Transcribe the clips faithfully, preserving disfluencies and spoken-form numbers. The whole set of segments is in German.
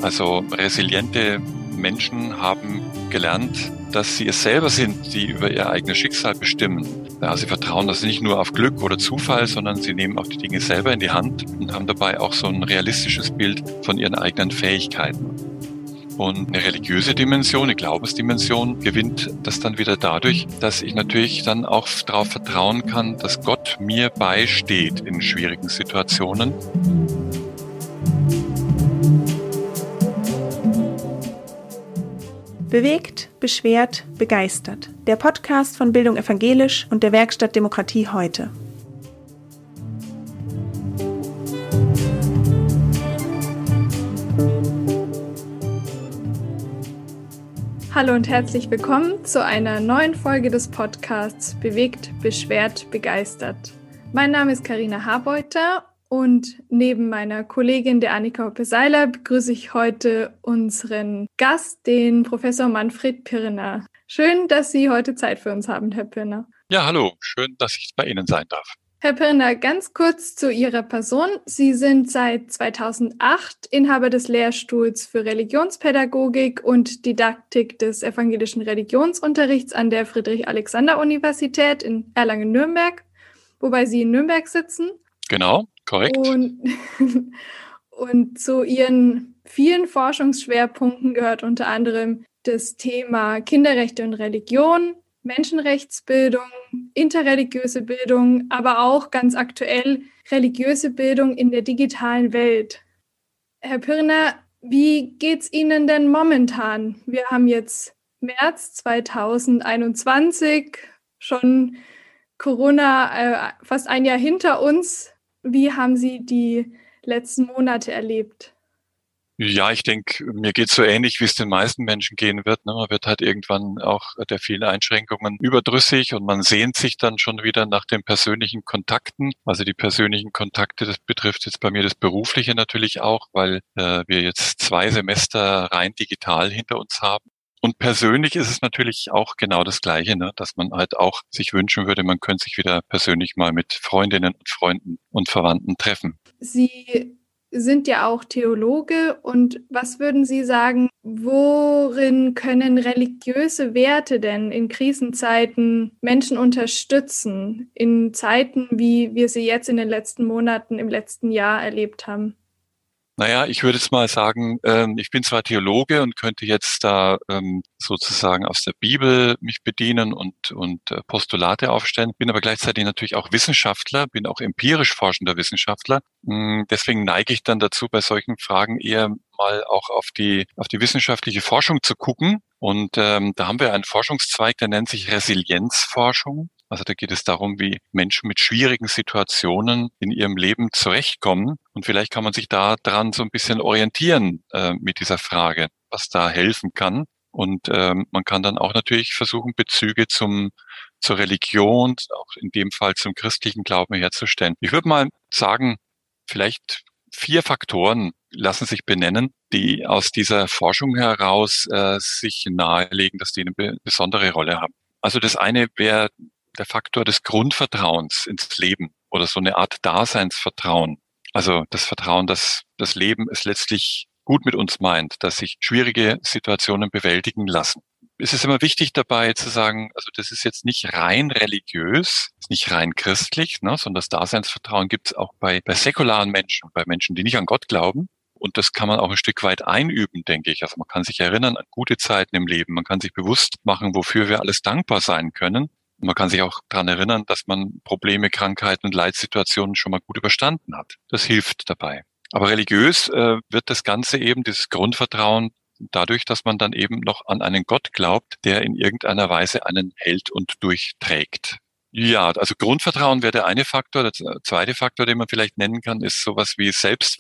Also resiliente Menschen haben gelernt, dass sie es selber sind, die über ihr eigenes Schicksal bestimmen. Ja, sie vertrauen das nicht nur auf Glück oder Zufall, sondern sie nehmen auch die Dinge selber in die Hand und haben dabei auch so ein realistisches Bild von ihren eigenen Fähigkeiten. Und eine religiöse Dimension, eine Glaubensdimension gewinnt das dann wieder dadurch, dass ich natürlich dann auch darauf vertrauen kann, dass Gott mir beisteht in schwierigen Situationen. Bewegt, beschwert, begeistert. Der Podcast von Bildung Evangelisch und der Werkstatt Demokratie heute. Hallo und herzlich willkommen zu einer neuen Folge des Podcasts Bewegt, beschwert, begeistert. Mein Name ist Carina Harbeuter und neben meiner Kollegin der Annika Hoppe-Seiler begrüße ich heute unseren Gast, den Professor Manfred Pirner. Schön, dass Sie heute Zeit für uns haben, Herr Pirner. Ja, hallo, schön, dass ich bei Ihnen sein darf. Herr Pirner, ganz kurz zu Ihrer Person. Sie sind seit zweitausendacht Inhaber des Lehrstuhls für Religionspädagogik und Didaktik des evangelischen Religionsunterrichts an der Friedrich-Alexander-Universität in Erlangen-Nürnberg, wobei Sie in Nürnberg sitzen. Genau, korrekt. Und, und zu Ihren vielen Forschungsschwerpunkten gehört unter anderem das Thema Kinderrechte und Religion, Menschenrechtsbildung, interreligiöse Bildung, aber auch ganz aktuell religiöse Bildung in der digitalen Welt. Herr Pirner, wie geht's Ihnen denn momentan? Wir haben jetzt März zweitausendeinundzwanzig, schon Corona äh, fast ein Jahr hinter uns. Wie haben Sie die letzten Monate erlebt? Ja, ich denke, mir geht es so ähnlich, wie es den meisten Menschen gehen wird. Ne? Man wird halt irgendwann auch der vielen Einschränkungen überdrüssig und man sehnt sich dann schon wieder nach den persönlichen Kontakten. Also die persönlichen Kontakte, das betrifft jetzt bei mir das Berufliche natürlich auch, weil äh, wir jetzt zwei Semester rein digital hinter uns haben. Und persönlich ist es natürlich auch genau das Gleiche, ne? Dass man halt auch sich wünschen würde, man könnte sich wieder persönlich mal mit Freundinnen und Freunden und Verwandten treffen. Sie sind ja auch Theologe und was würden Sie sagen, worin können religiöse Werte denn in Krisenzeiten Menschen unterstützen, in Zeiten, wie wir sie jetzt in den letzten Monaten, im letzten Jahr erlebt haben? Naja, ich würde jetzt mal sagen, ähm, ich bin zwar Theologe und könnte jetzt da ähm, sozusagen aus der Bibel mich bedienen und, und äh, Postulate aufstellen, bin aber gleichzeitig natürlich auch Wissenschaftler, bin auch empirisch forschender Wissenschaftler. Mm, deswegen neige ich dann dazu, bei solchen Fragen eher mal auch auf die, auf die wissenschaftliche Forschung zu gucken. Und ähm, da haben wir einen Forschungszweig, der nennt sich Resilienzforschung. Also da geht es darum, wie Menschen mit schwierigen Situationen in ihrem Leben zurechtkommen. Und vielleicht kann man sich da dran so ein bisschen orientieren äh, mit dieser Frage, was da helfen kann. Und ähm, man kann dann auch natürlich versuchen, Bezüge zum zur Religion, auch in dem Fall zum christlichen Glauben herzustellen. Ich würde mal sagen, vielleicht vier Faktoren lassen sich benennen, die aus dieser Forschung heraus äh, sich nahelegen, dass die eine be- besondere Rolle haben. Also das eine wäre der Faktor des Grundvertrauens ins Leben oder so eine Art Daseinsvertrauen. Also das Vertrauen, dass das Leben es letztlich gut mit uns meint, dass sich schwierige Situationen bewältigen lassen. Es ist immer wichtig dabei zu sagen, also das ist jetzt nicht rein religiös, ist nicht rein christlich, ne, sondern das Daseinsvertrauen gibt es auch bei, bei säkularen Menschen, bei Menschen, die nicht an Gott glauben. Und das kann man auch ein Stück weit einüben, denke ich. Also man kann sich erinnern an gute Zeiten im Leben. Man kann sich bewusst machen, wofür wir alles dankbar sein können. Und man kann sich auch daran erinnern, dass man Probleme, Krankheiten und Leitsituationen schon mal gut überstanden hat. Das hilft dabei. Aber religiös äh, wird das Ganze eben, dieses Grundvertrauen, dadurch, dass man dann eben noch an einen Gott glaubt, der in irgendeiner Weise einen hält und durchträgt. Ja, also Grundvertrauen wäre der eine Faktor. Der zweite Faktor, den man vielleicht nennen kann, ist sowas wie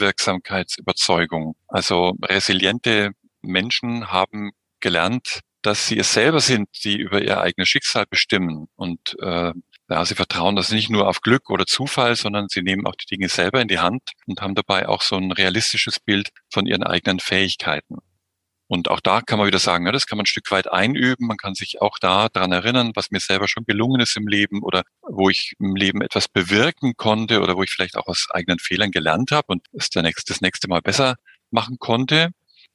Selbstwirksamkeitsüberzeugung. Also resiliente Menschen haben gelernt, dass sie es selber sind, die über ihr eigenes Schicksal bestimmen. Und äh, ja, sie vertrauen das nicht nur auf Glück oder Zufall, sondern sie nehmen auch die Dinge selber in die Hand und haben dabei auch so ein realistisches Bild von ihren eigenen Fähigkeiten. Und auch da kann man wieder sagen, ja, das kann man ein Stück weit einüben. Man kann sich auch da dran erinnern, was mir selber schon gelungen ist im Leben oder wo ich im Leben etwas bewirken konnte oder wo ich vielleicht auch aus eigenen Fehlern gelernt habe und es der nächste, das nächste Mal besser machen konnte.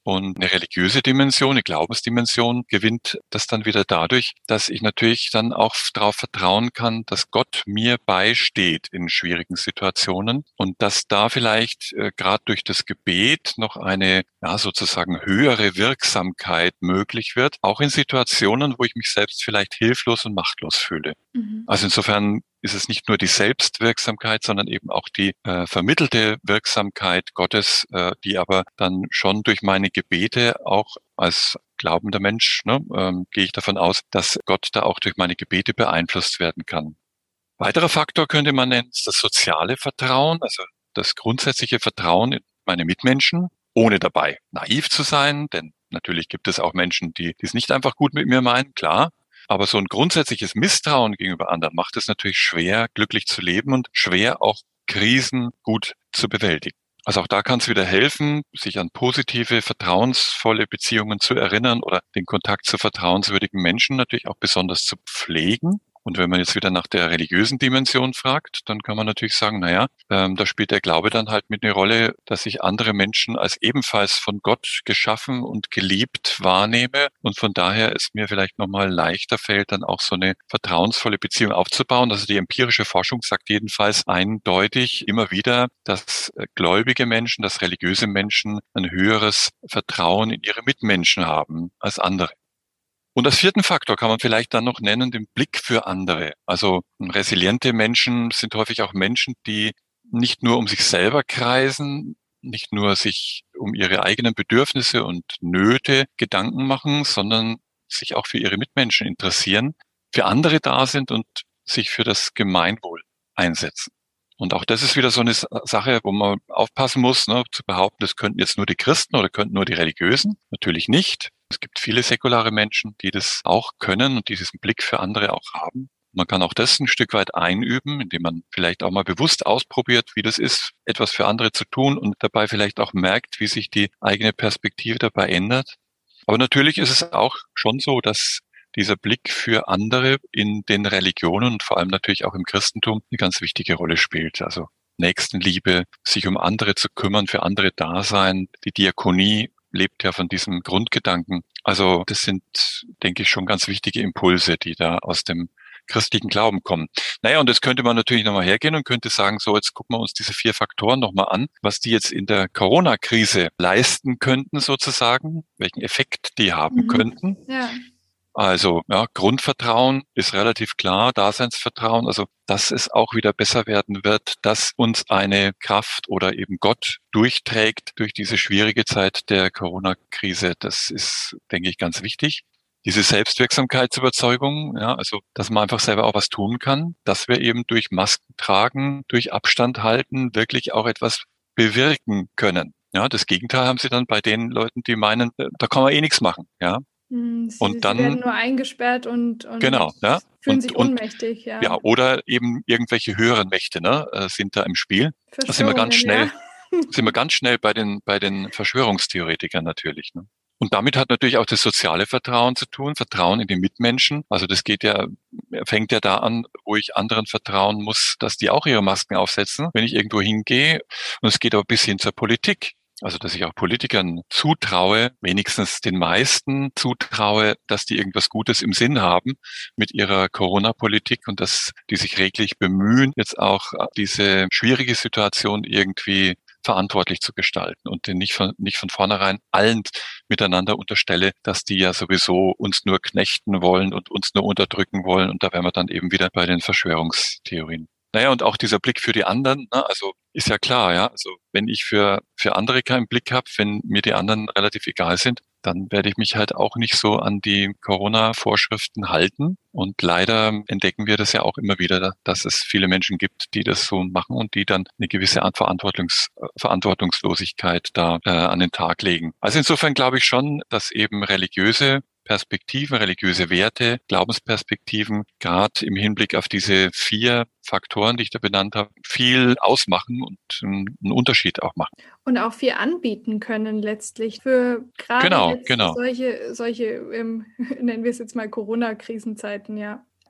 Und eine religiöse Dimension, eine Glaubensdimension gewinnt das dann wieder dadurch, dass ich natürlich dann auch darauf vertrauen kann, dass Gott mir beisteht in schwierigen Situationen und dass da vielleicht äh, gerade durch das Gebet noch eine ja, sozusagen höhere Wirksamkeit möglich wird, auch in Situationen, wo ich mich selbst vielleicht hilflos und machtlos fühle. Mhm. Also insofern ist es nicht nur die Selbstwirksamkeit, sondern eben auch die äh, vermittelte Wirksamkeit Gottes, äh, die aber dann schon durch meine Gebete auch als glaubender Mensch, ne, ähm, gehe ich davon aus, dass Gott da auch durch meine Gebete beeinflusst werden kann. Weiterer Faktor könnte man nennen, ist das soziale Vertrauen, also das grundsätzliche Vertrauen in meine Mitmenschen, ohne dabei naiv zu sein, denn natürlich gibt es auch Menschen, die die es nicht einfach gut mit mir meinen, klar. Aber so ein grundsätzliches Misstrauen gegenüber anderen macht es natürlich schwer, glücklich zu leben und schwer auch Krisen gut zu bewältigen. Also auch da kann es wieder helfen, sich an positive, vertrauensvolle Beziehungen zu erinnern oder den Kontakt zu vertrauenswürdigen Menschen natürlich auch besonders zu pflegen. Und wenn man jetzt wieder nach der religiösen Dimension fragt, dann kann man natürlich sagen, naja, ähm, da spielt der Glaube dann halt mit eine Rolle, dass ich andere Menschen als ebenfalls von Gott geschaffen und geliebt wahrnehme und von daher es mir vielleicht nochmal leichter fällt, dann auch so eine vertrauensvolle Beziehung aufzubauen. Also die empirische Forschung sagt jedenfalls eindeutig immer wieder, dass äh, gläubige Menschen, dass religiöse Menschen ein höheres Vertrauen in ihre Mitmenschen haben als andere. Und als vierten Faktor kann man vielleicht dann noch nennen, den Blick für andere. Also resiliente Menschen sind häufig auch Menschen, die nicht nur um sich selber kreisen, nicht nur sich um ihre eigenen Bedürfnisse und Nöte Gedanken machen, sondern sich auch für ihre Mitmenschen interessieren, für andere da sind und sich für das Gemeinwohl einsetzen. Und auch das ist wieder so eine Sache, wo man aufpassen muss, ne, zu behaupten, das könnten jetzt nur die Christen oder könnten nur die Religiösen. Natürlich nicht. Es gibt viele säkulare Menschen, die das auch können und die diesen Blick für andere auch haben. Man kann auch das ein Stück weit einüben, indem man vielleicht auch mal bewusst ausprobiert, wie das ist, etwas für andere zu tun und dabei vielleicht auch merkt, wie sich die eigene Perspektive dabei ändert. Aber natürlich ist es auch schon so, dass dieser Blick für andere in den Religionen und vor allem natürlich auch im Christentum eine ganz wichtige Rolle spielt. Also Nächstenliebe, sich um andere zu kümmern, für andere da sein. Die Diakonie lebt ja von diesem Grundgedanken. Also das sind, denke ich, schon ganz wichtige Impulse, die da aus dem christlichen Glauben kommen. Naja, und das könnte man natürlich nochmal hergehen und könnte sagen, so, jetzt gucken wir uns diese vier Faktoren nochmal an, was die jetzt in der Corona-Krise leisten könnten sozusagen, welchen Effekt die haben Mhm. könnten. Ja. Also ja, Grundvertrauen ist relativ klar, Daseinsvertrauen, also dass es auch wieder besser werden wird, dass uns eine Kraft oder eben Gott durchträgt durch diese schwierige Zeit der Corona-Krise. Das ist, denke ich, ganz wichtig. Diese Selbstwirksamkeitsüberzeugung, ja, also dass man einfach selber auch was tun kann, dass wir eben durch Masken tragen, durch Abstand halten, wirklich auch etwas bewirken können. Ja, das Gegenteil haben sie dann bei den Leuten, die meinen, da kann man eh nichts machen. Ja, Hm, Sie, und sie werden dann, nur eingesperrt und, und genau, ja, fühlen und, sich und, ohnmächtig, ja. ja, oder eben irgendwelche höheren Mächte, ne, äh, sind da im Spiel. Da sind wir ganz Verschwörungen, schnell, ja. sind wir ganz schnell bei den, bei den Verschwörungstheoretikern natürlich, ne. Und damit hat natürlich auch das soziale Vertrauen zu tun, Vertrauen in die Mitmenschen. Also das geht ja, fängt ja da an, wo ich anderen vertrauen muss, dass die auch ihre Masken aufsetzen, wenn ich irgendwo hingehe. Und es geht aber bis hin zur Politik. Also, dass ich auch Politikern zutraue, wenigstens den meisten zutraue, dass die irgendwas Gutes im Sinn haben mit ihrer Corona-Politik und dass die sich redlich bemühen, jetzt auch diese schwierige Situation irgendwie verantwortlich zu gestalten und den nicht von, nicht von vornherein allen miteinander unterstelle, dass die ja sowieso uns nur knechten wollen und uns nur unterdrücken wollen. Und da wären wir dann eben wieder bei den Verschwörungstheorien. Naja, und auch dieser Blick für die anderen, ne, also ist ja klar, ja, also wenn ich für, für andere keinen Blick habe, wenn mir die anderen relativ egal sind, dann werde ich mich halt auch nicht so an die Corona-Vorschriften halten. Und leider entdecken wir das ja auch immer wieder, dass es viele Menschen gibt, die das so machen und die dann eine gewisse Art Verantwortungs Verantwortungslosigkeit da äh, an den Tag legen. Also insofern glaube ich schon, dass eben religiöse Perspektiven, religiöse Werte, Glaubensperspektiven, gerade im Hinblick auf diese vier Faktoren, die ich da benannt habe, viel ausmachen und einen Unterschied auch machen. Und auch viel anbieten können letztlich für gerade Genau, jetzt genau. solche, solche, ähm, nennen wir es jetzt mal Corona-Krisenzeiten, ja.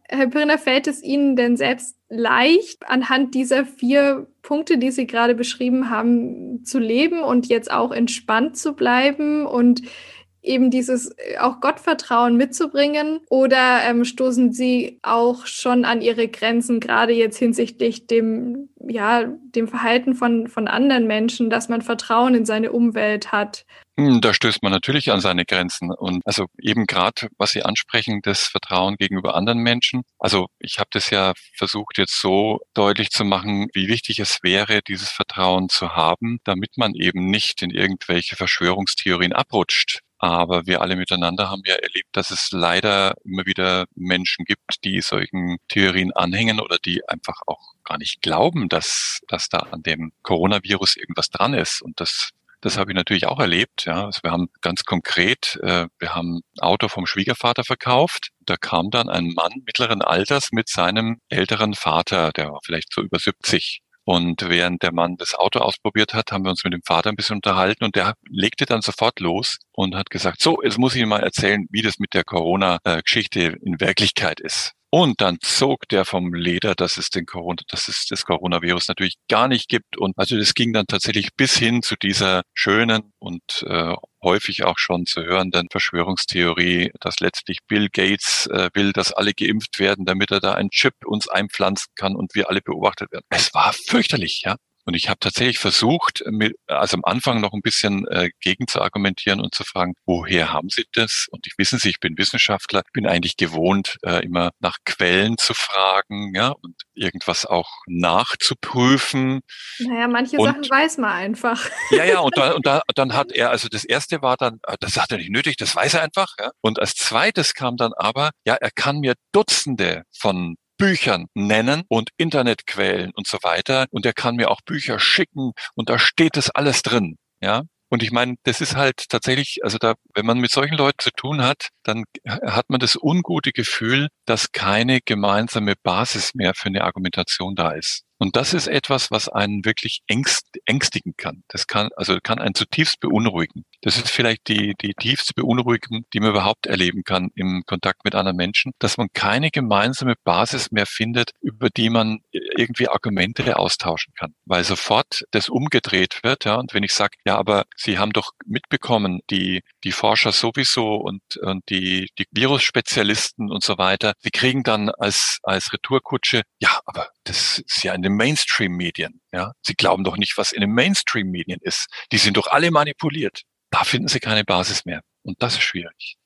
Herr Pirner, fällt es Ihnen denn selbst leicht, anhand dieser vier Punkte, die Sie gerade beschrieben haben, zu leben und jetzt auch entspannt zu bleiben und eben dieses auch Gottvertrauen mitzubringen? Oder ähm, stoßen Sie auch schon an Ihre Grenzen, gerade jetzt hinsichtlich dem, ja, dem Verhalten von, von anderen Menschen, dass man Vertrauen in seine Umwelt hat? Da stößt man natürlich an seine Grenzen. Und also eben gerade, was Sie ansprechen, das Vertrauen gegenüber anderen Menschen. Also ich habe das ja versucht jetzt so deutlich zu machen, wie wichtig es wäre, dieses Vertrauen zu haben, damit man eben nicht in irgendwelche Verschwörungstheorien abrutscht. Aber wir alle miteinander haben ja erlebt, dass es leider immer wieder Menschen gibt, die solchen Theorien anhängen oder die einfach auch gar nicht glauben, dass, dass da an dem Coronavirus irgendwas dran ist. Und das Das habe ich natürlich auch erlebt. Ja, also wir haben ganz konkret, äh, wir haben ein Auto vom Schwiegervater verkauft. Da kam dann ein Mann mittleren Alters mit seinem älteren Vater, der war vielleicht so über siebzig. Und während der Mann das Auto ausprobiert hat, haben wir uns mit dem Vater ein bisschen unterhalten und der legte dann sofort los und hat gesagt, so, jetzt muss ich Ihnen mal erzählen, wie das mit der Corona-Geschichte in Wirklichkeit ist. Und dann zog der vom Leder, dass es den Corona, dass es das Coronavirus natürlich gar nicht gibt. Und also das ging dann tatsächlich bis hin zu dieser schönen und äh, häufig auch schon zu hörenden Verschwörungstheorie, dass letztlich Bill Gates äh, will, dass alle geimpft werden, damit er da einen Chip uns einpflanzen kann und wir alle beobachtet werden. Es war fürchterlich, ja. Und ich habe tatsächlich versucht, mit, also am Anfang noch ein bisschen äh, gegen zu argumentieren und zu fragen, woher haben Sie das? Und ich wissen Sie, ich bin Wissenschaftler, bin eigentlich gewohnt, äh, immer nach Quellen zu fragen, ja, und irgendwas auch nachzuprüfen. Naja, manche und, Sachen weiß man einfach. Ja, ja, und, da, und da, dann hat er, also das erste war dann, das hat er nicht nötig, das weiß er einfach, ja. Und als zweites kam dann aber, ja, er kann mir Dutzende von Büchern nennen und Internetquellen und so weiter. Und er kann mir auch Bücher schicken und da steht das alles drin, ja. Und ich meine, das ist halt tatsächlich, also da, wenn man mit solchen Leuten zu tun hat, dann hat man das ungute Gefühl, dass keine gemeinsame Basis mehr für eine Argumentation da ist. Und das ist etwas, was einen wirklich ängst, ängstigen kann. Das kann, also kann einen zutiefst beunruhigen. Das ist vielleicht die, die tiefste Beunruhigung, die man überhaupt erleben kann im Kontakt mit anderen Menschen, dass man keine gemeinsame Basis mehr findet, über die man irgendwie Argumente austauschen kann. Weil sofort das umgedreht wird, ja. Und wenn ich sage, ja, aber Sie haben doch mitbekommen, die, die Forscher sowieso und, und die, die Virusspezialisten und so weiter, die kriegen dann als, als Retourkutsche, ja, aber das ist ja in den Mainstream-Medien, ja. Sie glauben doch nicht, was in den Mainstream-Medien ist. Die sind doch alle manipuliert. Da finden Sie keine Basis mehr. Und das ist schwierig.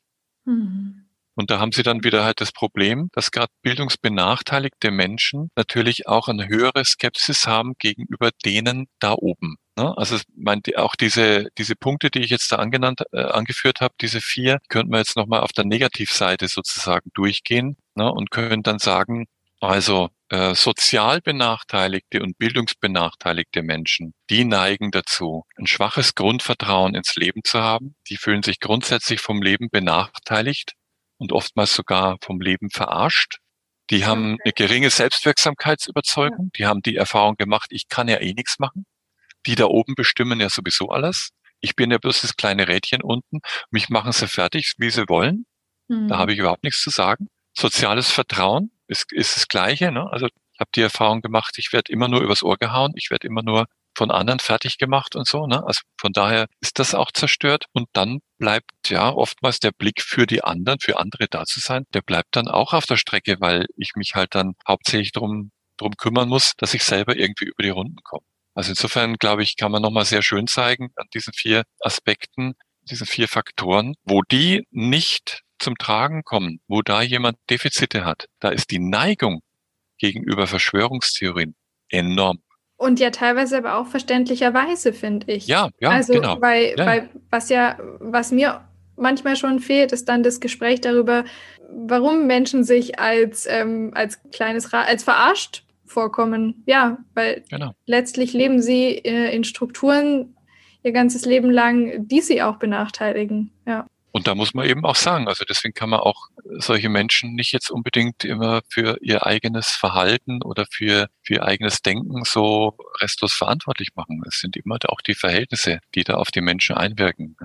Hm. Und da haben Sie dann wieder halt das Problem, dass gerade bildungsbenachteiligte Menschen natürlich auch eine höhere Skepsis haben gegenüber denen da oben. Ne? Also ich meine, auch diese diese Punkte, die ich jetzt da angenannt, äh, angeführt habe, diese vier, könnten wir jetzt nochmal auf der Negativseite sozusagen durchgehen, ne? Und können dann sagen, also äh, sozial benachteiligte und bildungsbenachteiligte Menschen, die neigen dazu, ein schwaches Grundvertrauen ins Leben zu haben. Die fühlen sich grundsätzlich vom Leben benachteiligt und oftmals sogar vom Leben verarscht. Die haben Okay. eine geringe Selbstwirksamkeitsüberzeugung. Ja. Die haben die Erfahrung gemacht, ich kann ja eh nichts machen. Die da oben bestimmen ja sowieso alles. Ich bin ja bloß das kleine Rädchen unten. Mich machen sie fertig, wie sie wollen. Hm. Da habe ich überhaupt nichts zu sagen. Soziales Vertrauen ist, ist das Gleiche. Ne? Also ich habe die Erfahrung gemacht, ich werde immer nur übers Ohr gehauen. Ich werde immer nur von anderen fertig gemacht und so. Ne? Also von daher ist das auch zerstört. Und dann bleibt ja oftmals der Blick für die anderen, für andere da zu sein, der bleibt dann auch auf der Strecke, weil ich mich halt dann hauptsächlich drum, drum kümmern muss, dass ich selber irgendwie über die Runden komme. Also insofern, glaube ich, kann man nochmal sehr schön zeigen an diesen vier Aspekten, diesen vier Faktoren, wo die nicht zum Tragen kommen, wo da jemand Defizite hat. Da ist die Neigung gegenüber Verschwörungstheorien enorm. Und ja teilweise aber auch verständlicherweise, finde ich. Ja, ja, also, genau. Weil, ja. weil was ja, was mir manchmal schon fehlt, ist dann das Gespräch darüber, warum Menschen sich als, ähm, als kleines Ra- als verarscht vorkommen. Ja, weil genau. letztlich leben sie äh, in Strukturen ihr ganzes Leben lang, die sie auch benachteiligen. Ja. Und da muss man eben auch sagen, also deswegen kann man auch solche Menschen nicht jetzt unbedingt immer für ihr eigenes Verhalten oder für, für ihr eigenes Denken so restlos verantwortlich machen. Es sind immer auch die Verhältnisse, die da auf die Menschen einwirken. Ja.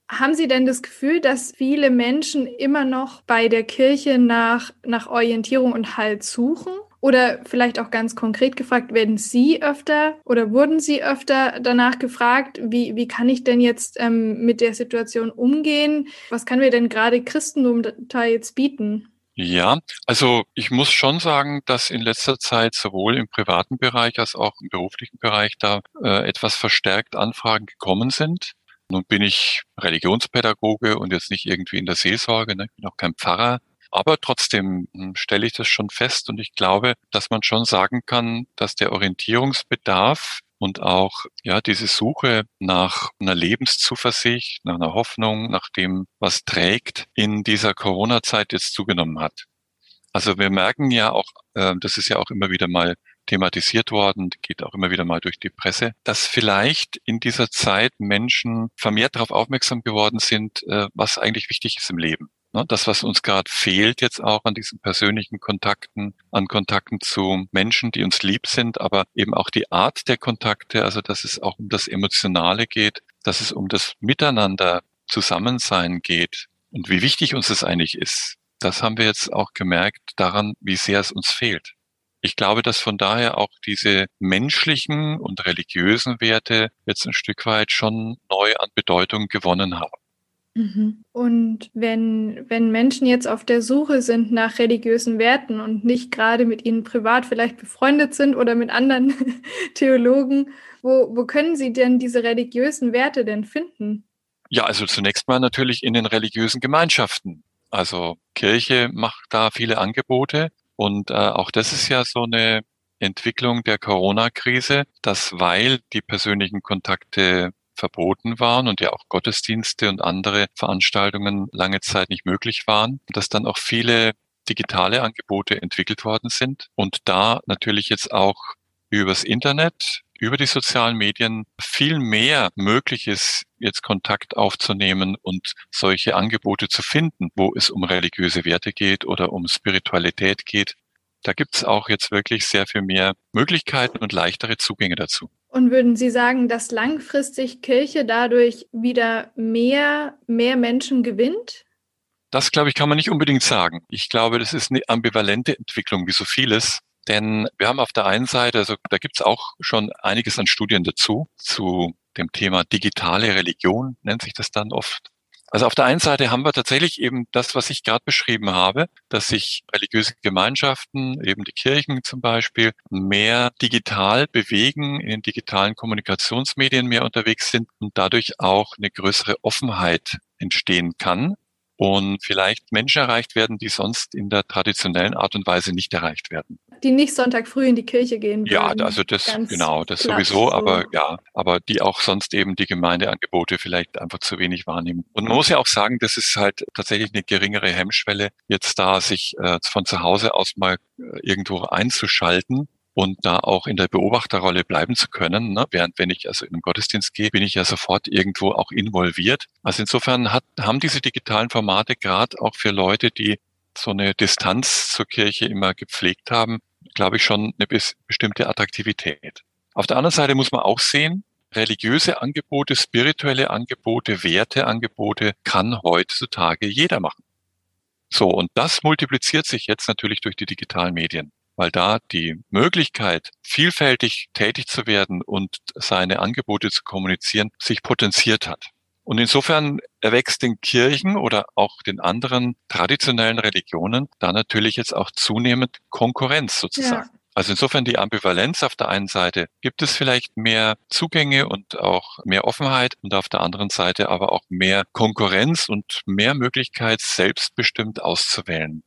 Haben Sie denn das Gefühl, dass viele Menschen immer noch bei der Kirche nach, nach Orientierung und Halt suchen? Oder vielleicht auch ganz konkret gefragt, werden Sie öfter oder wurden Sie öfter danach gefragt, wie, wie kann ich denn jetzt ähm, mit der Situation umgehen? Was kann mir denn gerade Christentum da jetzt bieten? Ja, also ich muss schon sagen, dass in letzter Zeit sowohl im privaten Bereich als auch im beruflichen Bereich da äh, etwas verstärkt Anfragen gekommen sind. Nun bin ich Religionspädagoge und jetzt nicht irgendwie in der Seelsorge, ne? Ich bin auch kein Pfarrer. Aber trotzdem hm, stelle ich das schon fest und ich glaube, dass man schon sagen kann, dass der Orientierungsbedarf und auch ja diese Suche nach einer Lebenszuversicht, nach einer Hoffnung, nach dem, was trägt, in dieser Corona-Zeit jetzt zugenommen hat. Also wir merken ja auch, äh, das ist ja auch immer wieder mal thematisiert worden, geht auch immer wieder mal durch die Presse, dass vielleicht in dieser Zeit Menschen vermehrt darauf aufmerksam geworden sind, äh, was eigentlich wichtig ist im Leben. Ne, das, was uns gerade fehlt jetzt auch an diesen persönlichen Kontakten, an Kontakten zu Menschen, die uns lieb sind, aber eben auch die Art der Kontakte, also dass es auch um das Emotionale geht, dass es um das Miteinander, Zusammensein geht und wie wichtig uns das eigentlich ist. Das haben wir jetzt auch gemerkt daran, wie sehr es uns fehlt. Ich glaube, dass von daher auch diese menschlichen und religiösen Werte jetzt ein Stück weit schon neu an Bedeutung gewonnen haben. Mhm. Und wenn, wenn Menschen jetzt auf der Suche sind nach religiösen Werten und nicht gerade mit ihnen privat vielleicht befreundet sind oder mit anderen Theologen, wo, wo können sie denn diese religiösen Werte denn finden? Ja, also zunächst mal natürlich in den religiösen Gemeinschaften. Also Kirche macht da viele Angebote und äh, auch das ist ja so eine Entwicklung der Corona-Krise, dass weil die persönlichen Kontakte verboten waren und ja auch Gottesdienste und andere Veranstaltungen lange Zeit nicht möglich waren, dass dann auch viele digitale Angebote entwickelt worden sind und da natürlich jetzt auch übers Internet, über die sozialen Medien viel mehr möglich ist, jetzt Kontakt aufzunehmen und solche Angebote zu finden, wo es um religiöse Werte geht oder um Spiritualität geht. Da gibt's auch jetzt wirklich sehr viel mehr Möglichkeiten und leichtere Zugänge dazu. Und würden Sie sagen, dass langfristig Kirche dadurch wieder mehr, mehr Menschen gewinnt? Das, glaube ich, kann man nicht unbedingt sagen. Ich glaube, das ist eine ambivalente Entwicklung, wie so vieles. Denn wir haben auf der einen Seite, also da gibt's auch schon einiges an Studien dazu, zu dem Thema digitale Religion, nennt sich das dann oft. Also auf der einen Seite haben wir tatsächlich eben das, was ich gerade beschrieben habe, dass sich religiöse Gemeinschaften, eben die Kirchen zum Beispiel, mehr digital bewegen, in den digitalen Kommunikationsmedien mehr unterwegs sind und dadurch auch eine größere Offenheit entstehen kann und vielleicht Menschen erreicht werden, die sonst in der traditionellen Art und Weise nicht erreicht werden. Die nicht Sonntag früh in die Kirche gehen Ja, würden. also das, Ganz genau, das platt sowieso, so. aber ja, aber die auch sonst eben die Gemeindeangebote vielleicht einfach zu wenig wahrnehmen. Und man muss ja auch sagen, das ist halt tatsächlich eine geringere Hemmschwelle, jetzt da sich äh, von zu Hause aus mal äh, irgendwo einzuschalten und da auch in der Beobachterrolle bleiben zu können. Ne? Während wenn ich also in einen Gottesdienst gehe, bin ich ja sofort irgendwo auch involviert. Also insofern hat, haben diese digitalen Formate gerade auch für Leute, die so eine Distanz zur Kirche immer gepflegt haben, glaube ich, schon eine bis, bestimmte Attraktivität. Auf der anderen Seite muss man auch sehen, religiöse Angebote, spirituelle Angebote, Werteangebote kann heutzutage jeder machen. So, und das multipliziert sich jetzt natürlich durch die digitalen Medien, weil da die Möglichkeit, vielfältig tätig zu werden und seine Angebote zu kommunizieren, sich potenziert hat. Und insofern erwächst den Kirchen oder auch den anderen traditionellen Religionen da natürlich jetzt auch zunehmend Konkurrenz sozusagen. Ja. Also insofern die Ambivalenz auf der einen Seite gibt es vielleicht mehr Zugänge und auch mehr Offenheit und auf der anderen Seite aber auch mehr Konkurrenz und mehr Möglichkeit, selbstbestimmt auszuwählen.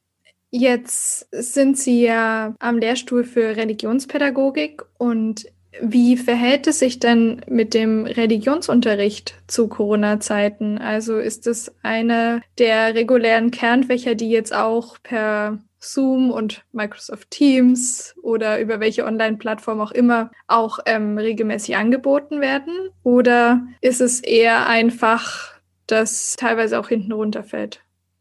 Jetzt sind Sie ja am Lehrstuhl für Religionspädagogik und wie verhält es sich denn mit dem Religionsunterricht zu Corona-Zeiten? Also ist es eine der regulären Kernfächer, die jetzt auch per Zoom und Microsoft Teams oder über welche Online-Plattform auch immer auch ähm, regelmäßig angeboten werden? Oder ist es eher ein Fach, das teilweise auch hinten runterfällt?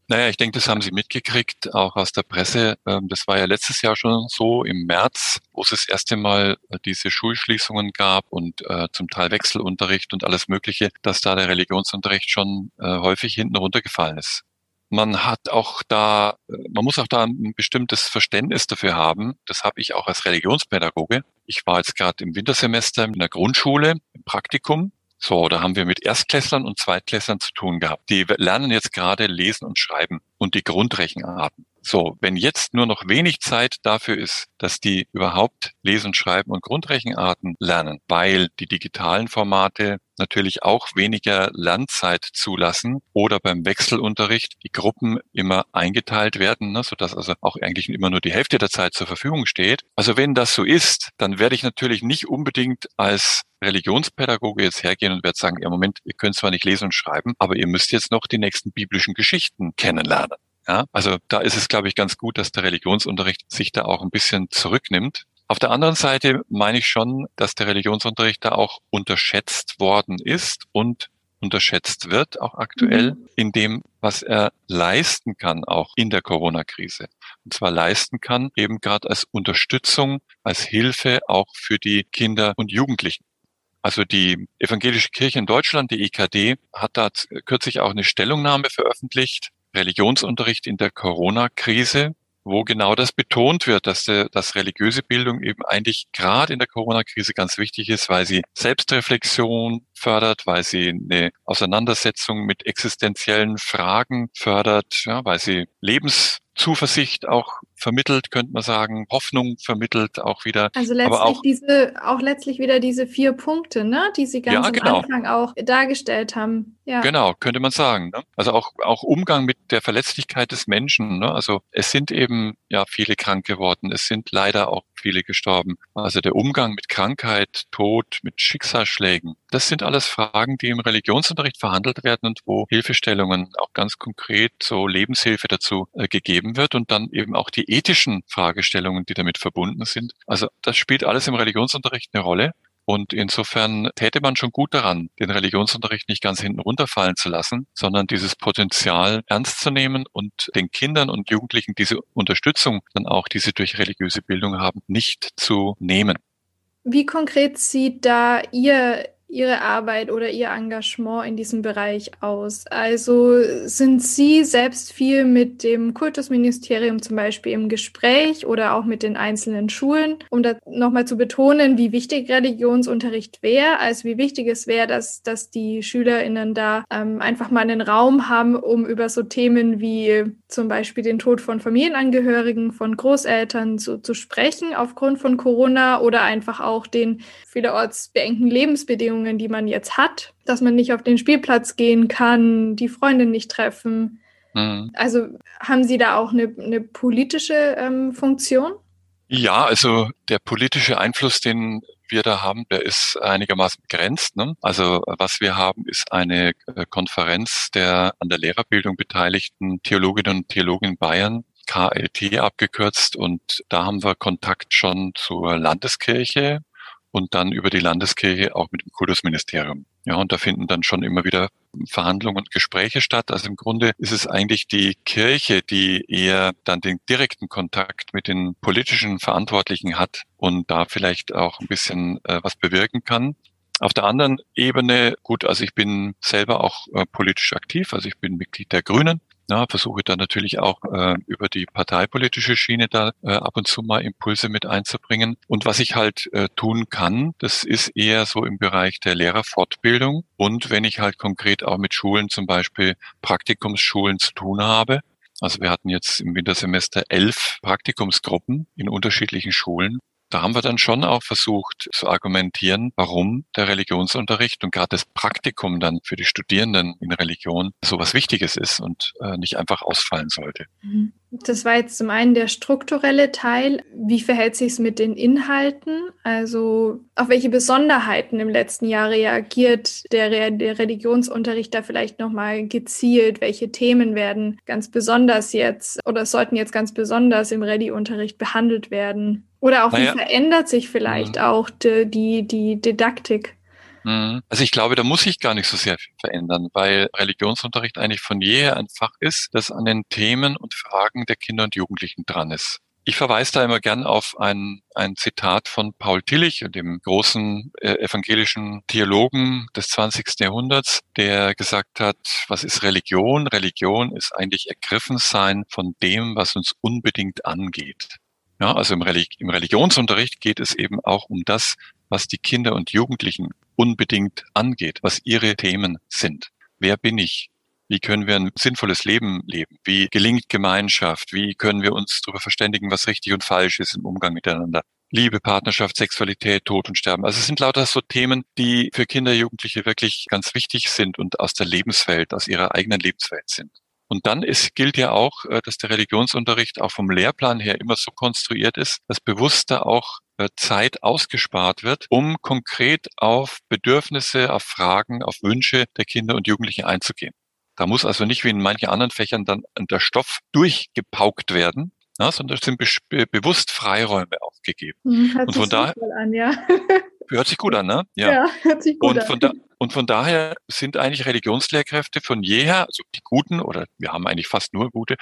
Naja, ich denke, das haben Sie mitgekriegt, auch aus der Presse. Ähm, Das war ja letztes Jahr schon so im März, wo es das erste Mal äh, diese Schulschließungen gab und äh, zum Teil Wechselunterricht und alles Mögliche, dass da der Religionsunterricht schon äh, häufig hinten runtergefallen ist. Man hat auch da, äh, man muss auch da ein bestimmtes Verständnis dafür haben. Das habe ich auch als Religionspädagoge. Ich war jetzt gerade im Wintersemester in der Grundschule im Praktikum. So, da haben wir mit Erstklässlern und Zweitklässlern zu tun gehabt. Die lernen jetzt gerade lesen und schreiben und die Grundrechenarten. So, wenn jetzt nur noch wenig Zeit dafür ist, dass die überhaupt lesen, schreiben und Grundrechenarten lernen, weil die digitalen Formate natürlich auch weniger Lernzeit zulassen oder beim Wechselunterricht die Gruppen immer eingeteilt werden, ne, sodass also auch eigentlich immer nur die Hälfte der Zeit zur Verfügung steht. Also wenn das so ist, dann werde ich natürlich nicht unbedingt als Religionspädagoge jetzt hergehen und werde sagen, ja Moment, ihr könnt zwar nicht lesen und schreiben, aber ihr müsst jetzt noch die nächsten biblischen Geschichten kennenlernen. Ja, also da ist es, glaube ich, ganz gut, dass der Religionsunterricht sich da auch ein bisschen zurücknimmt. Auf der anderen Seite meine ich schon, dass der Religionsunterricht da auch unterschätzt worden ist und unterschätzt wird, auch aktuell, Mhm. in dem, was er leisten kann, auch in der Corona-Krise. Und zwar leisten kann, eben gerade als Unterstützung, als Hilfe auch für die Kinder und Jugendlichen. Also die Evangelische Kirche in Deutschland, die E K D, hat da kürzlich auch eine Stellungnahme veröffentlicht, Religionsunterricht in der Corona-Krise, wo genau das betont wird, dass, der, dass religiöse Bildung eben eigentlich gerade in der Corona-Krise ganz wichtig ist, weil sie Selbstreflexion fördert, weil sie eine Auseinandersetzung mit existenziellen Fragen fördert, ja, weil sie Lebenszuversicht auch vermittelt, könnte man sagen, Hoffnung vermittelt auch wieder, Also aber letztlich auch, diese, auch letztlich wieder diese vier Punkte, ne, die Sie ganz ja, am genau. Anfang auch dargestellt haben. Ja. Genau, könnte man sagen. Ne? Also auch, auch Umgang mit der Verletzlichkeit des Menschen. Ne? Also es sind eben ja viele krank geworden. Es sind leider auch viele gestorben. Also der Umgang mit Krankheit, Tod, mit Schicksalsschlägen, das sind alles Fragen, die im Religionsunterricht verhandelt werden und wo Hilfestellungen auch ganz konkret so Lebenshilfe dazu äh, gegeben wird und dann eben auch die ethischen Fragestellungen, die damit verbunden sind. Also das spielt alles im Religionsunterricht eine Rolle. Und insofern täte man schon gut daran, den Religionsunterricht nicht ganz hinten runterfallen zu lassen, sondern dieses Potenzial ernst zu nehmen und den Kindern und Jugendlichen diese Unterstützung dann auch, die sie durch religiöse Bildung haben, nicht zu nehmen. Wie konkret sieht da Ihr, Ihre Arbeit oder Ihr Engagement in diesem Bereich aus? Also sind Sie selbst viel mit dem Kultusministerium zum Beispiel im Gespräch oder auch mit den einzelnen Schulen, um da nochmal zu betonen, wie wichtig Religionsunterricht wäre, also wie wichtig es wäre, dass, dass die SchülerInnen da ähm, einfach mal einen Raum haben, um über so Themen wie zum Beispiel den Tod von Familienangehörigen, von Großeltern zu, zu sprechen aufgrund von Corona oder einfach auch den vielerorts beengten Lebensbedingungen, die man jetzt hat, dass man nicht auf den Spielplatz gehen kann, die Freundin nicht treffen. Mhm. Also haben Sie da auch eine, eine politische ähm, Funktion? Ja, also der politische Einfluss, den wir da haben, der ist einigermaßen begrenzt. Ne? Also was wir haben, ist eine äh, Konferenz der an der Lehrerbildung beteiligten Theologinnen und Theologen in Bayern, K L T abgekürzt. Und da haben wir Kontakt schon zur Landeskirche und dann über die Landeskirche auch mit dem Kultusministerium. Ja, und da finden dann schon immer wieder Verhandlungen und Gespräche statt. Also im Grunde ist es eigentlich die Kirche, die eher dann den direkten Kontakt mit den politischen Verantwortlichen hat und da vielleicht auch ein bisschen äh, was bewirken kann. Auf der anderen Ebene, gut, also ich bin selber auch äh, politisch aktiv, also ich bin Mitglied der Grünen. Ja, versuche dann natürlich auch äh, über die parteipolitische Schiene da äh, ab und zu mal Impulse mit einzubringen. Und was ich halt äh, tun kann, das ist eher so im Bereich der Lehrerfortbildung. Und wenn ich halt konkret auch mit Schulen, zum Beispiel Praktikumsschulen zu tun habe. Also wir hatten jetzt im Wintersemester elf Praktikumsgruppen in unterschiedlichen Schulen. Da haben wir dann schon auch versucht zu argumentieren, warum der Religionsunterricht und gerade das Praktikum dann für die Studierenden in Religion so was Wichtiges ist und äh, nicht einfach ausfallen sollte. Das war jetzt zum einen der strukturelle Teil. Wie verhält sich es mit den Inhalten? Also auf welche Besonderheiten im letzten Jahr reagiert der, Re der Religionsunterricht da vielleicht nochmal gezielt? Welche Themen werden ganz besonders jetzt oder sollten jetzt ganz besonders im Redi-Unterricht behandelt werden? Oder auch wie Naja, verändert sich vielleicht mh. auch die, die, die Didaktik? Mhm. Also ich glaube, da muss sich gar nicht so sehr viel verändern, weil Religionsunterricht eigentlich von jeher ein Fach ist, das an den Themen und Fragen der Kinder und Jugendlichen dran ist. Ich verweise da immer gern auf ein, ein Zitat von Paul Tillich, dem großen äh, evangelischen Theologen des zwanzigsten Jahrhunderts, der gesagt hat, was ist Religion? Religion ist eigentlich Ergriffensein von dem, was uns unbedingt angeht. Ja, also im, Relig- im Religionsunterricht geht es eben auch um das, was die Kinder und Jugendlichen unbedingt angeht, was ihre Themen sind. Wer bin ich? Wie können wir ein sinnvolles Leben leben? Wie gelingt Gemeinschaft? Wie können wir uns darüber verständigen, was richtig und falsch ist im Umgang miteinander? Liebe, Partnerschaft, Sexualität, Tod und Sterben. Also es sind lauter so Themen, die für Kinder, Jugendliche wirklich ganz wichtig sind und aus der Lebenswelt, aus ihrer eigenen Lebenswelt sind. Und dann ist, gilt ja auch, dass der Religionsunterricht auch vom Lehrplan her immer so konstruiert ist, dass bewusst da auch Zeit ausgespart wird, um konkret auf Bedürfnisse, auf Fragen, auf Wünsche der Kinder und Jugendlichen einzugehen. Da muss also nicht wie in manchen anderen Fächern dann der Stoff durchgepaukt werden, ja, sondern es sind be- bewusst Freiräume aufgegeben. Hm, hört Und sich von daher sinnvoll an, ja. hört sich gut an, ne? Ja. Ja, hört sich gut Und an. von da, und von daher sind eigentlich Religionslehrkräfte von jeher, also die Guten, oder wir haben eigentlich fast nur gute,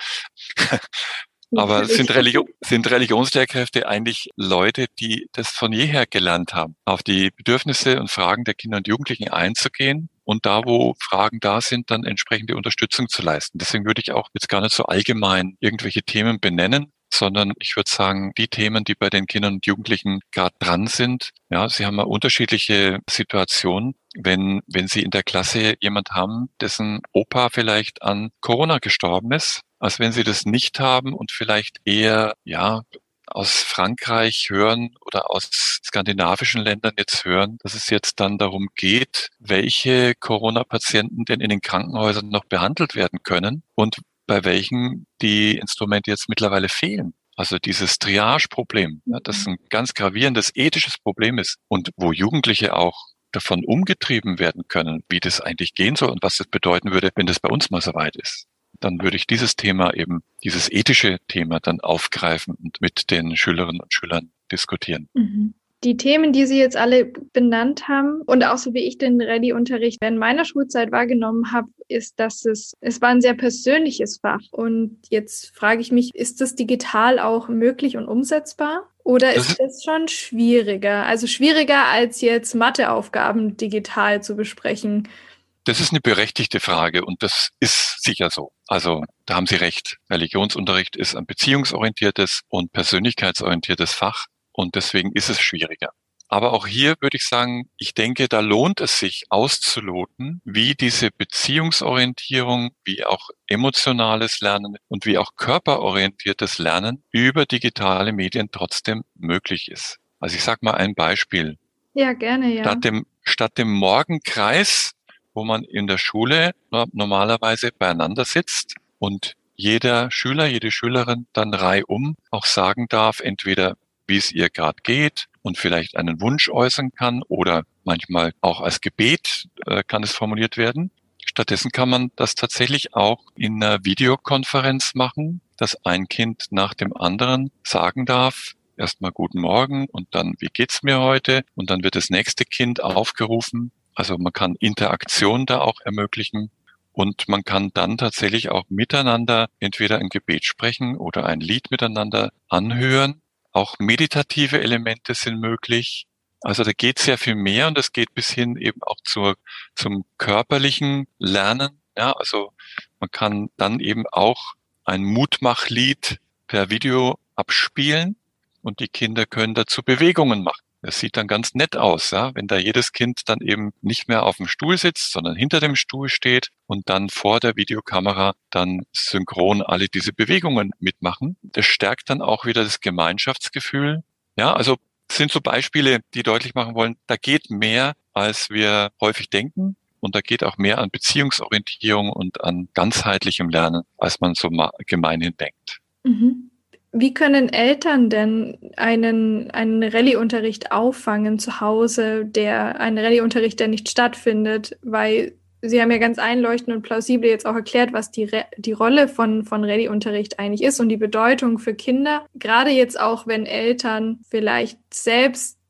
aber Natürlich. sind, Religi- sind Religionslehrkräfte eigentlich Leute, die das von jeher gelernt haben, auf die Bedürfnisse und Fragen der Kinder und Jugendlichen einzugehen und da, wo Fragen da sind, dann entsprechende Unterstützung zu leisten. Deswegen würde ich auch jetzt gar nicht so allgemein irgendwelche Themen benennen, sondern ich würde sagen, die Themen, die bei den Kindern und Jugendlichen gerade dran sind, ja, sie haben eine unterschiedliche Situation. Wenn, wenn Sie in der Klasse jemand haben, dessen Opa vielleicht an Corona gestorben ist, als wenn Sie das nicht haben und vielleicht eher, ja, aus Frankreich hören oder aus skandinavischen Ländern jetzt hören, dass es jetzt dann darum geht, welche Corona-Patienten denn in den Krankenhäusern noch behandelt werden können und bei welchen die Instrumente jetzt mittlerweile fehlen. Also dieses Triage-Problem, ja, das ein ganz gravierendes ethisches Problem ist und wo Jugendliche auch davon umgetrieben werden können, wie das eigentlich gehen soll und was das bedeuten würde, wenn das bei uns mal so weit ist. Dann würde ich dieses Thema eben, dieses ethische Thema dann aufgreifen und mit den Schülerinnen und Schülern diskutieren. Mhm. Die Themen, die Sie jetzt alle benannt haben und auch so wie ich den Rallye-Unterricht in meiner Schulzeit wahrgenommen habe, ist, dass es, es war ein sehr persönliches Fach. Und jetzt frage ich mich, ist das digital auch möglich und umsetzbar? Oder Das ist ist, das schon schwieriger? Also schwieriger als jetzt Matheaufgaben digital zu besprechen? das ist eine berechtigte Frage und das ist sicher so. Also da haben Sie recht. Religionsunterricht ist ein beziehungsorientiertes und persönlichkeitsorientiertes Fach und deswegen ist es schwieriger. Aber auch hier würde ich sagen, ich denke, da lohnt es sich auszuloten, wie diese Beziehungsorientierung, wie auch emotionales Lernen und wie auch körperorientiertes Lernen über digitale Medien trotzdem möglich ist. Also ich sage mal ein Beispiel. Ja, gerne, ja. Statt dem, statt dem Morgenkreis, wo man in der Schule normalerweise beieinander sitzt und jeder Schüler, jede Schülerin dann reihum auch sagen darf, entweder wie es ihr gerade geht und vielleicht einen Wunsch äußern kann oder manchmal auch als Gebet äh, kann es formuliert werden. Stattdessen kann man das tatsächlich auch in einer Videokonferenz machen, dass ein Kind nach dem anderen sagen darf, erstmal guten Morgen und dann, wie geht's mir heute? Und dann wird das nächste Kind aufgerufen. Also man kann Interaktion da auch ermöglichen. Und man kann dann tatsächlich auch miteinander entweder ein Gebet sprechen oder ein Lied miteinander anhören. Auch meditative Elemente sind möglich. Also da geht sehr viel mehr und es geht bis hin eben auch zur, zum körperlichen Lernen. Ja, also man kann dann eben auch ein Mutmachlied per Video abspielen und die Kinder können dazu Bewegungen machen. Das sieht dann ganz nett aus, ja, wenn da jedes Kind dann eben nicht mehr auf dem Stuhl sitzt, sondern hinter dem Stuhl steht und dann vor der Videokamera dann synchron alle diese Bewegungen mitmachen. Das stärkt dann auch wieder das Gemeinschaftsgefühl. Ja, also es sind so Beispiele, die deutlich machen wollen, da geht mehr, als wir häufig denken. Und da geht auch mehr an Beziehungsorientierung und an ganzheitlichem Lernen, als man so gemeinhin denkt. Mhm. Wie können Eltern denn einen, einen Rallye-Unterricht auffangen zu Hause, der einen Rallye-Unterricht, der nicht stattfindet? Weil Sie haben ja ganz einleuchtend und plausibel jetzt auch erklärt, was die, Re die Rolle von, von Rallye-Unterricht eigentlich ist und die Bedeutung für Kinder. Gerade jetzt auch, wenn Eltern vielleicht selbst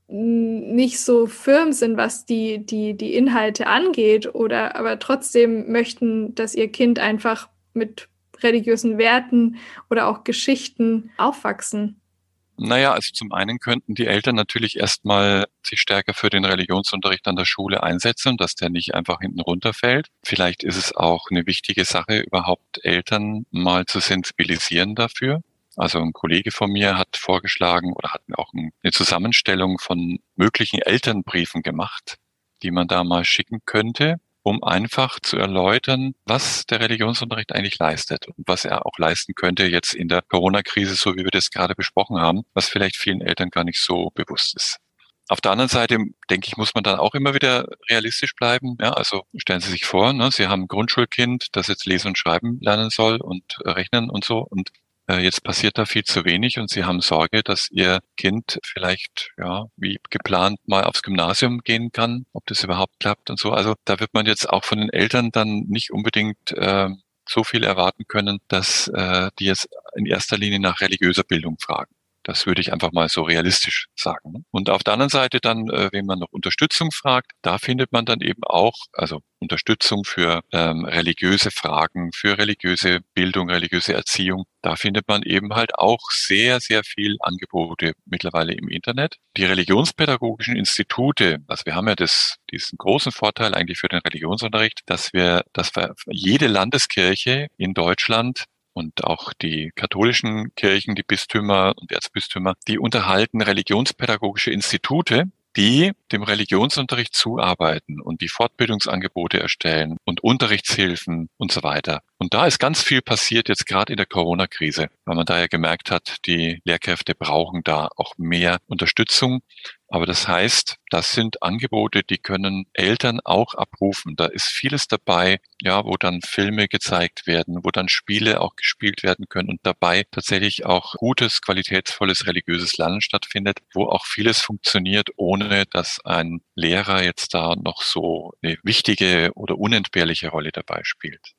nicht so firm sind, was die, die, die Inhalte angeht, oder aber trotzdem möchten, dass ihr Kind einfach mit religiösen Werten oder auch Geschichten aufwachsen? Naja, also zum einen könnten die Eltern natürlich erstmal sich stärker für den Religionsunterricht an der Schule einsetzen, dass der nicht einfach hinten runterfällt. Vielleicht ist es auch eine wichtige Sache, überhaupt Eltern mal zu sensibilisieren dafür. Also ein Kollege von mir hat vorgeschlagen oder hat mir auch eine Zusammenstellung von möglichen Elternbriefen gemacht, die man da mal schicken könnte, um einfach zu erläutern, was der Religionsunterricht eigentlich leistet und was er auch leisten könnte jetzt in der Corona-Krise, so wie wir das gerade besprochen haben, was vielleicht vielen Eltern gar nicht so bewusst ist. Auf der anderen Seite, denke ich, muss man dann auch immer wieder realistisch bleiben. Ja, also stellen Sie sich vor, ne, Sie haben ein Grundschulkind, das jetzt lesen und schreiben lernen soll und rechnen und so, und jetzt passiert da viel zu wenig und Sie haben Sorge, dass Ihr Kind vielleicht, ja, wie geplant mal aufs Gymnasium gehen kann, ob das überhaupt klappt und so. Also da wird man jetzt auch von den Eltern dann nicht unbedingt äh, so viel erwarten können, dass äh, die jetzt in erster Linie nach religiöser Bildung fragen. Das würde ich einfach mal so realistisch sagen. Und auf der anderen Seite dann, äh, wenn man noch Unterstützung fragt, da findet man dann eben auch, also Unterstützung für ähm, religiöse Fragen, für religiöse Bildung, religiöse Erziehung. Da findet man eben halt auch sehr, sehr viel Angebote mittlerweile im Internet. Die religionspädagogischen Institute, also wir haben ja das, diesen großen Vorteil eigentlich für den Religionsunterricht, dass wir, dass wir jede Landeskirche in Deutschland und auch die katholischen Kirchen, die Bistümer und Erzbistümer, die unterhalten religionspädagogische Institute, die dem Religionsunterricht zuarbeiten und die Fortbildungsangebote erstellen und Unterrichtshilfen und so weiter. Und da ist ganz viel passiert jetzt gerade in der Corona-Krise, weil man da ja gemerkt hat, die Lehrkräfte brauchen da auch mehr Unterstützung. Aber das heißt, das sind Angebote, die können Eltern auch abrufen. Da ist vieles dabei, ja, wo dann Filme gezeigt werden, wo dann Spiele auch gespielt werden können und dabei tatsächlich auch gutes, qualitätsvolles religiöses Lernen stattfindet, wo auch vieles funktioniert, ohne dass ein Lehrer jetzt da noch so eine wichtige oder unentbehrliche Rolle dabei spielt.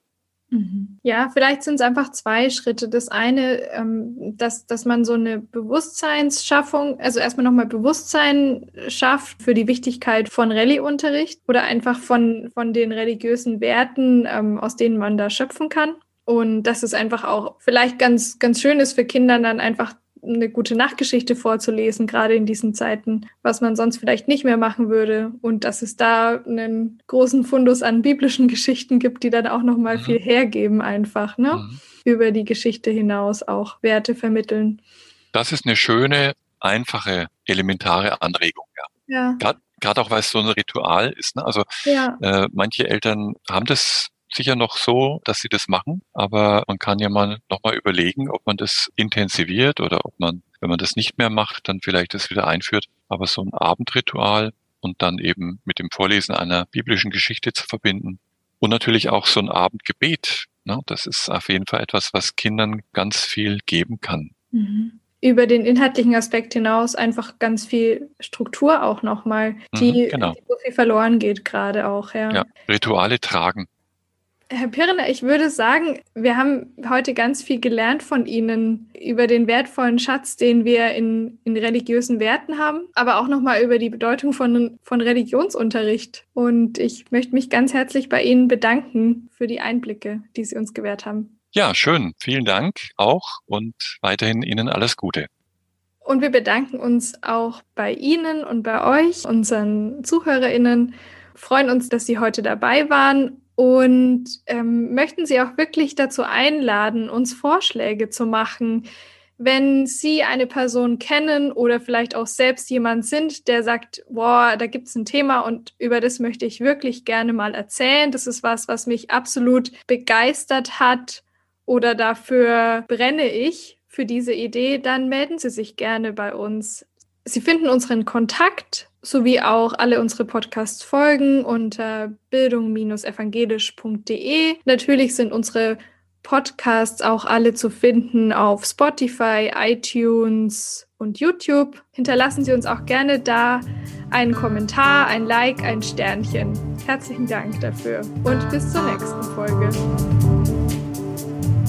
Ja, vielleicht sind es einfach zwei Schritte. Das eine, ähm, dass, dass man so eine Bewusstseinsschaffung, also erstmal nochmal Bewusstsein schafft für die Wichtigkeit von Rallye-Unterricht oder einfach von, von den religiösen Werten, ähm, aus denen man da schöpfen kann. Und dass es einfach auch vielleicht ganz, ganz schön ist für Kinder, dann einfach eine gute Nachtgeschichte vorzulesen, gerade in diesen Zeiten, was man sonst vielleicht nicht mehr machen würde. Und dass es da einen großen Fundus an biblischen Geschichten gibt, die dann auch nochmal mhm. viel hergeben einfach, ne? Mhm. Über die Geschichte hinaus auch Werte vermitteln. Das ist eine schöne, einfache, elementare Anregung, ja. ja. Gerade auch, weil es so ein Ritual ist, ne? Also ja. äh, manche Eltern haben das sicher noch so, dass sie das machen, aber man kann ja mal nochmal überlegen, ob man das intensiviert oder ob man, wenn man das nicht mehr macht, dann vielleicht das wieder einführt. Aber so ein Abendritual und dann eben mit dem Vorlesen einer biblischen Geschichte zu verbinden und natürlich auch so ein Abendgebet, ne? Das ist auf jeden Fall etwas, was Kindern ganz viel geben kann. Mhm. Über den inhaltlichen Aspekt hinaus einfach ganz viel Struktur auch nochmal, die, mhm, genau. die so viel verloren geht gerade auch. Ja, ja, Rituale tragen. Herr Pirner, ich würde sagen, wir haben heute ganz viel gelernt von Ihnen über den wertvollen Schatz, den wir in, in religiösen Werten haben, aber auch nochmal über die Bedeutung von, von Religionsunterricht. Und ich möchte mich ganz herzlich bei Ihnen bedanken für die Einblicke, die Sie uns gewährt haben. Ja, schön. Vielen Dank auch und weiterhin Ihnen alles Gute. Und wir bedanken uns auch bei Ihnen und bei euch, unseren ZuhörerInnen, freuen uns, dass Sie heute dabei waren. Und ähm, möchten Sie auch wirklich dazu einladen, uns Vorschläge zu machen, wenn Sie eine Person kennen oder vielleicht auch selbst jemand sind, der sagt, boah, da gibt es ein Thema und über das möchte ich wirklich gerne mal erzählen. Das ist was, was mich absolut begeistert hat oder dafür brenne ich für diese Idee, dann melden Sie sich gerne bei uns. Sie finden unseren Kontakt sowie auch alle unsere Podcast-Folgen unter bildung Bindestrich evangelisch Punkt de. Natürlich sind unsere Podcasts auch alle zu finden auf Spotify, iTunes und YouTube. Hinterlassen Sie uns auch gerne da einen Kommentar, ein Like, ein Sternchen. Herzlichen Dank dafür und bis zur nächsten Folge.